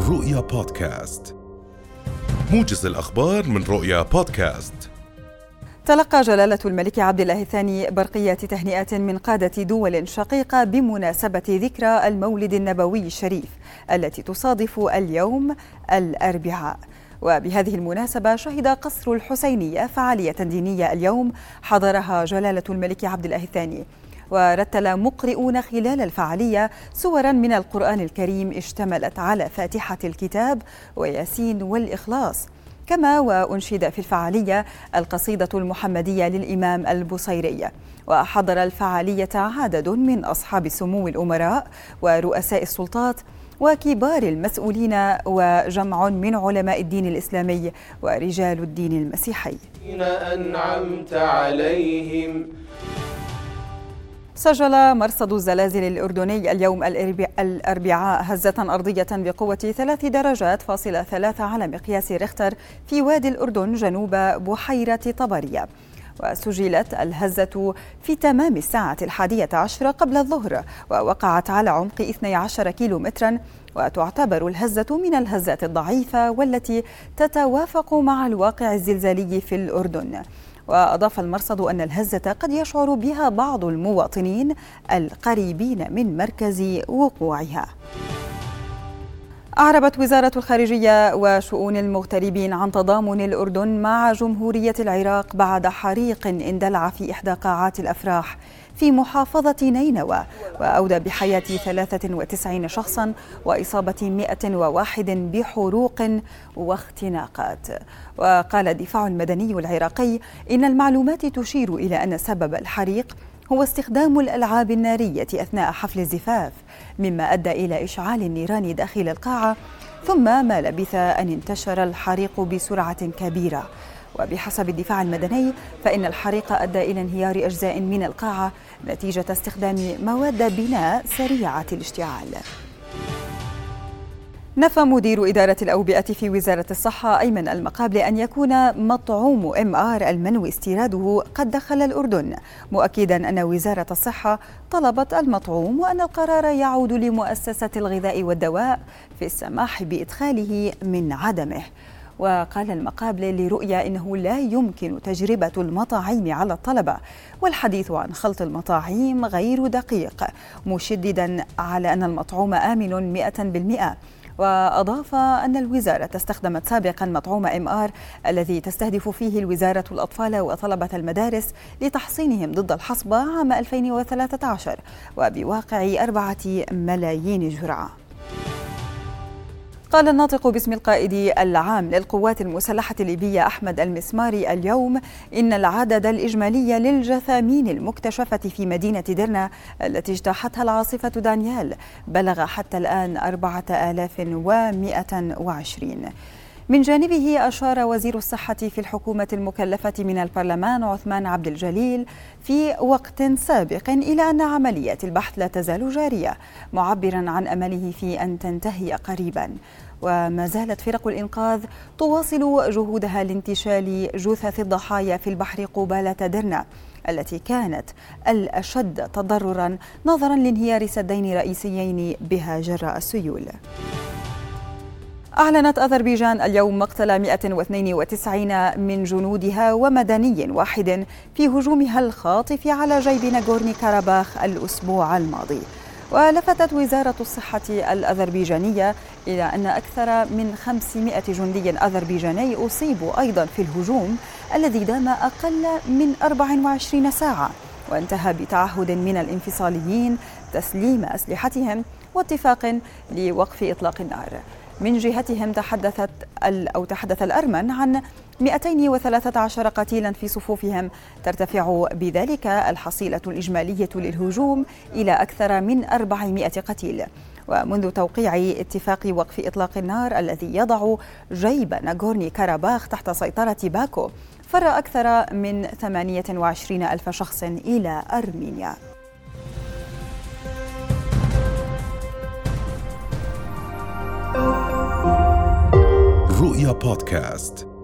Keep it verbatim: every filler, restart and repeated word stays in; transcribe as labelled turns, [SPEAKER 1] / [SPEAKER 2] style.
[SPEAKER 1] رؤيا بودكاست، موجز الأخبار من رؤيا بودكاست.
[SPEAKER 2] تلقى جلالة الملك عبد الله الثاني برقيات تهنئة من قادة دول شقيقة بمناسبة ذكرى المولد النبوي الشريف التي تصادف اليوم الأربعاء. وبهذه المناسبة شهد قصر الحسينية فعالية دينية اليوم حضرها جلالة الملك عبد الله الثاني، ورتل مقرئون خلال الفعالية سورا من القرآن الكريم اشتملت على فاتحة الكتاب وياسين والإخلاص. كما وأنشد في الفعالية القصيدة المحمدية للإمام البصيري. وحضر الفعالية عدد من أصحاب السمو الأمراء ورؤساء السلطات وكبار المسؤولين وجمع من علماء الدين الإسلامي ورجال الدين المسيحي.
[SPEAKER 3] أنعمت عليهم.
[SPEAKER 2] سجل مرصد الزلازل الأردني اليوم الأربعاء هزة أرضية بقوة ثلاث درجات فاصلة ثلاثة على مقياس ريختر في وادي الأردن جنوب بحيرة طبرية. وسجلت الهزة في تمام الساعة الحادية عشرة قبل الظهر، ووقعت على عمق اثني عشر كيلو مترا، وتعتبر الهزة من الهزات الضعيفة والتي تتوافق مع الواقع الزلزالي في الأردن. وأضاف المرصد أن الهزة قد يشعر بها بعض المواطنين القريبين من مركز وقوعها. أعربت وزارة الخارجية وشؤون المغتربين عن تضامن الأردن مع جمهورية العراق بعد حريق اندلع في إحدى قاعات الأفراح في محافظة نينوى، وأودى بحياة ثلاثة وتسعين شخصاً وإصابة مئة وواحد بحروق واختناقات. وقال الدفاع المدني العراقي إن المعلومات تشير إلى أن سبب الحريق هو استخدام الألعاب النارية أثناء حفل الزفاف، مما أدى إلى إشعال النيران داخل القاعة، ثم ما لبث أن انتشر الحريق بسرعة كبيرة. وبحسب الدفاع المدني فإن الحريق أدى إلى انهيار أجزاء من القاعة نتيجة استخدام مواد بناء سريعة الاشتعال. نفى مدير إدارة الأوبئة في وزارة الصحة أيمن المقابل أن يكون مطعوم إم آر المنوي استيراده قد دخل الأردن، مؤكدا أن وزارة الصحة طلبت المطعوم وأن القرار يعود لمؤسسة الغذاء والدواء في السماح بإدخاله من عدمه. وقال المقابل لرؤيا إنه لا يمكن تجربة المطاعيم على الطلبة، والحديث عن خلط المطاعيم غير دقيق، مشددا على أن المطعوم آمن مئة بالمئة. وأضاف أن الوزارة استخدمت سابقا مطعوم إم آر الذي تستهدف فيه الوزارة الأطفال وطلبة المدارس لتحصينهم ضد الحصبة عام ألفين وثلاثة عشر وبواقع أربعة ملايين جرعة. قال الناطق باسم القائد العام للقوات المسلحة الليبية أحمد المسماري اليوم إن العدد الإجمالي للجثامين المكتشفة في مدينة درنا التي اجتاحتها العاصفة دانيال بلغ حتى الآن أربعة آلاف ومئة وعشرين. من جانبه أشار وزير الصحة في الحكومة المكلفة من البرلمان عثمان عبد الجليل في وقت سابق إلى أن عمليات البحث لا تزال جارية، معبرا عن أمله في أن تنتهي قريبا. وما زالت فرق الإنقاذ تواصل جهودها لانتشال جثث الضحايا في البحر قبالة درنا التي كانت الأشد تضررا نظرا لانهيار سدين رئيسيين بها جراء السيول. أعلنت أذربيجان اليوم مقتل مئة واثنين وتسعين من جنودها ومدني واحد في هجومها الخاطف على جيب ناغورني كاراباخ الأسبوع الماضي. ولفتت وزارة الصحة الأذربيجانية إلى أن أكثر من خمسمئة جندي أذربيجاني أصيبوا أيضا في الهجوم الذي دام أقل من أربع وعشرين ساعة، وانتهى بتعهد من الانفصاليين تسليم أسلحتهم واتفاق لوقف إطلاق النار. من جهتهم تحدثت أو تحدث الأرمن عن مئتين وثلاثة عشر قتيلا في صفوفهم، ترتفع بذلك الحصيلة الإجمالية للهجوم إلى أكثر من أربعمئة قتيل. ومنذ توقيع اتفاق وقف إطلاق النار الذي يضع جيب ناغورني كاراباخ تحت سيطرة باكو، فر أكثر من ثمانية وعشرين ألف شخص إلى أرمينيا.
[SPEAKER 1] رؤيا بودكاست.